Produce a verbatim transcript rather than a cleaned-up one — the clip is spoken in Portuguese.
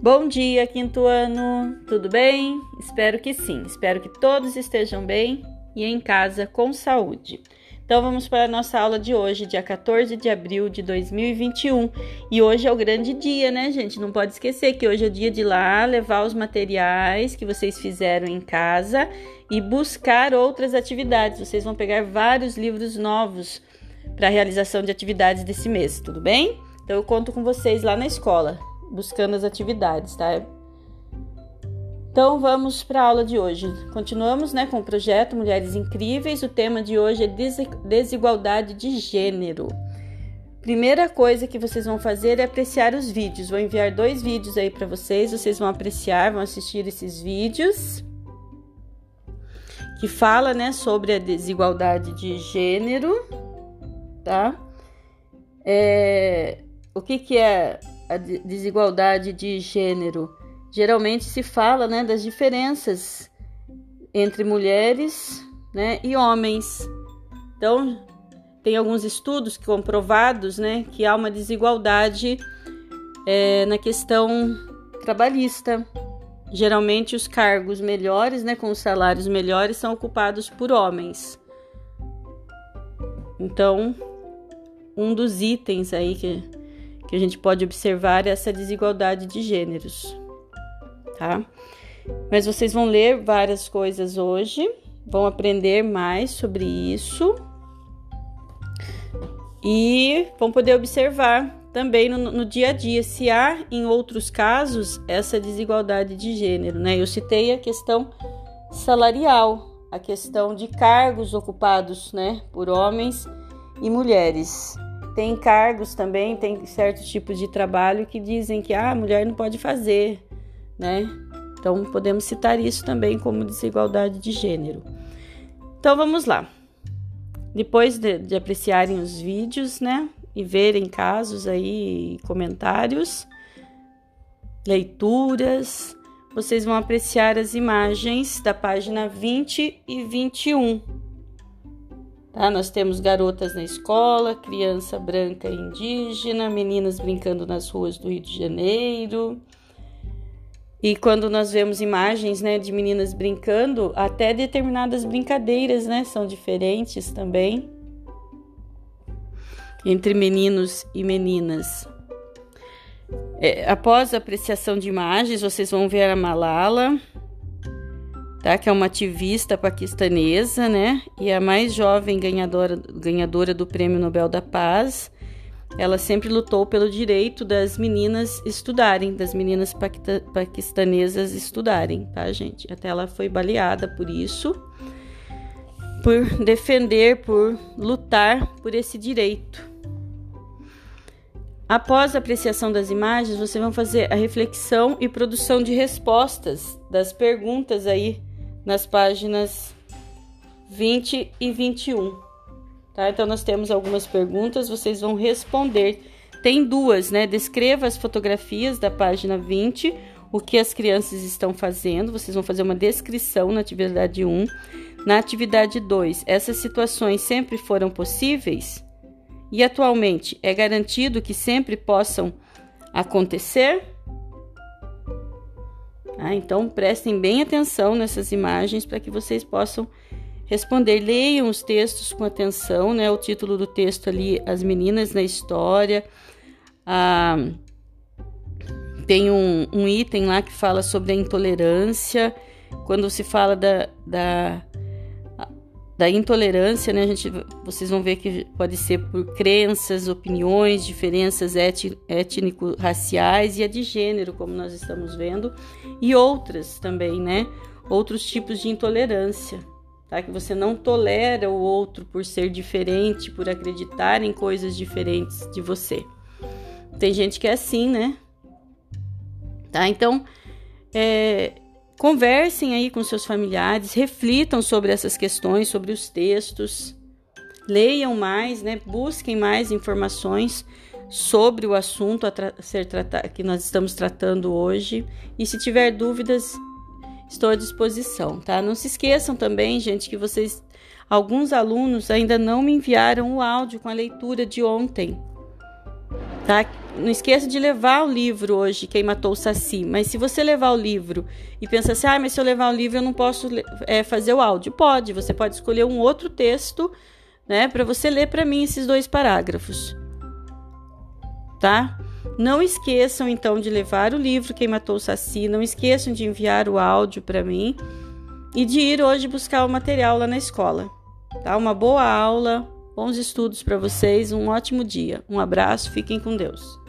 Bom dia, quinto ano! Tudo bem? Espero que sim. Espero que todos estejam bem e em casa com saúde. Então vamos para a nossa aula de hoje, dia quatorze de abril de dois mil e vinte e um. E hoje é o grande dia, né, gente? Não pode esquecer que hoje é o dia de ir lá levar os materiais que vocês fizeram em casa e buscar outras atividades. Vocês vão pegar vários livros novos para a realização de atividades desse mês, tudo bem? Então eu conto com vocês lá na escola, buscando as atividades, tá? Então vamos para a aula de hoje. Continuamos, né, com o projeto Mulheres Incríveis. O tema de hoje é desigualdade de gênero. Primeira coisa que vocês vão fazer é apreciar os vídeos. Vou enviar dois vídeos aí para vocês. Vocês vão apreciar, vão assistir esses vídeos que fala, né, sobre a desigualdade de gênero, tá? É, o que que é a desigualdade de gênero? Geralmente se fala, né, das diferenças entre mulheres, né, e homens. Então, tem alguns estudos comprovados, né, que há uma desigualdade é, na questão trabalhista. Geralmente os cargos melhores, né, com os salários melhores, são ocupados por homens. Então, um dos itens aí que, que a gente pode observar é essa desigualdade de gêneros, tá? Mas vocês vão ler várias coisas hoje, vão aprender mais sobre isso e vão poder observar também no, no dia a dia se há em outros casos essa desigualdade de gênero, né? Eu citei a questão salarial, a questão de cargos ocupados, né, por homens e mulheres. Tem cargos também, tem certos tipos de trabalho que dizem que ah, a mulher não pode fazer, né? Então podemos citar isso também como desigualdade de gênero. Então vamos lá. Depois de, de apreciarem os vídeos, né, e verem casos aí, comentários, leituras, vocês vão apreciar as imagens da página vinte e vinte e um. Tá? Nós temos garotas na escola, criança branca e indígena, meninas brincando nas ruas do Rio de Janeiro. E quando nós vemos imagens, né, de meninas brincando, até determinadas brincadeiras, né, são diferentes também entre meninos e meninas. É, após a apreciação de imagens, vocês vão ver a Malala, tá, que é uma ativista paquistanesa, né, e a mais jovem ganhadora, ganhadora do Prêmio Nobel da Paz. Ela sempre lutou pelo direito das meninas estudarem, das meninas paquistanesas estudarem, tá, gente? Até ela foi baleada por isso, por defender, por lutar por esse direito. Após a apreciação das imagens, vocês vão fazer a reflexão e produção de respostas das perguntas aí nas páginas vinte e vinte e um. Tá? Então, nós temos algumas perguntas, vocês vão responder. Tem duas, né? Descreva as fotografias da página vinte, o que as crianças estão fazendo. Vocês vão fazer uma descrição na atividade um. Na atividade dois, essas situações sempre foram possíveis? E atualmente, é garantido que sempre possam acontecer? Ah, então, prestem bem atenção nessas imagens para que vocês possam responder. Leiam os textos com atenção, né? O título do texto ali, As Meninas na História. Ah, tem um, um item lá que fala sobre a intolerância. Quando se fala da, da, da intolerância, né? A gente, vocês vão ver que pode ser por crenças, opiniões, diferenças étnico-raciais e a de gênero, como nós estamos vendo, e outras também, né? Outros tipos de intolerância. Tá? Que você não tolera o outro por ser diferente, por acreditar em coisas diferentes de você. Tem gente que é assim, né? Tá? Então, é, conversem aí com seus familiares, reflitam sobre essas questões, sobre os textos, leiam mais, né? Busquem mais informações sobre o assunto a tra- ser tratado, que nós estamos tratando hoje. E se tiver dúvidas, estou à disposição, tá? Não se esqueçam também, gente, que vocês, alguns alunos ainda não me enviaram o áudio com a leitura de ontem. tá? Não esqueça de levar o livro hoje, Quem Matou o Saci. Mas se você levar o livro e pensar assim, ah, mas se eu levar o livro eu não posso é, fazer o áudio. Pode, você pode escolher um outro texto, né, para você ler para mim esses dois parágrafos, tá? Não esqueçam, então, de levar o livro Quem Matou o Saci. Não esqueçam de enviar o áudio para mim e de ir hoje buscar o material lá na escola, tá? Uma boa aula, bons estudos para vocês, um ótimo dia. Um abraço, fiquem com Deus.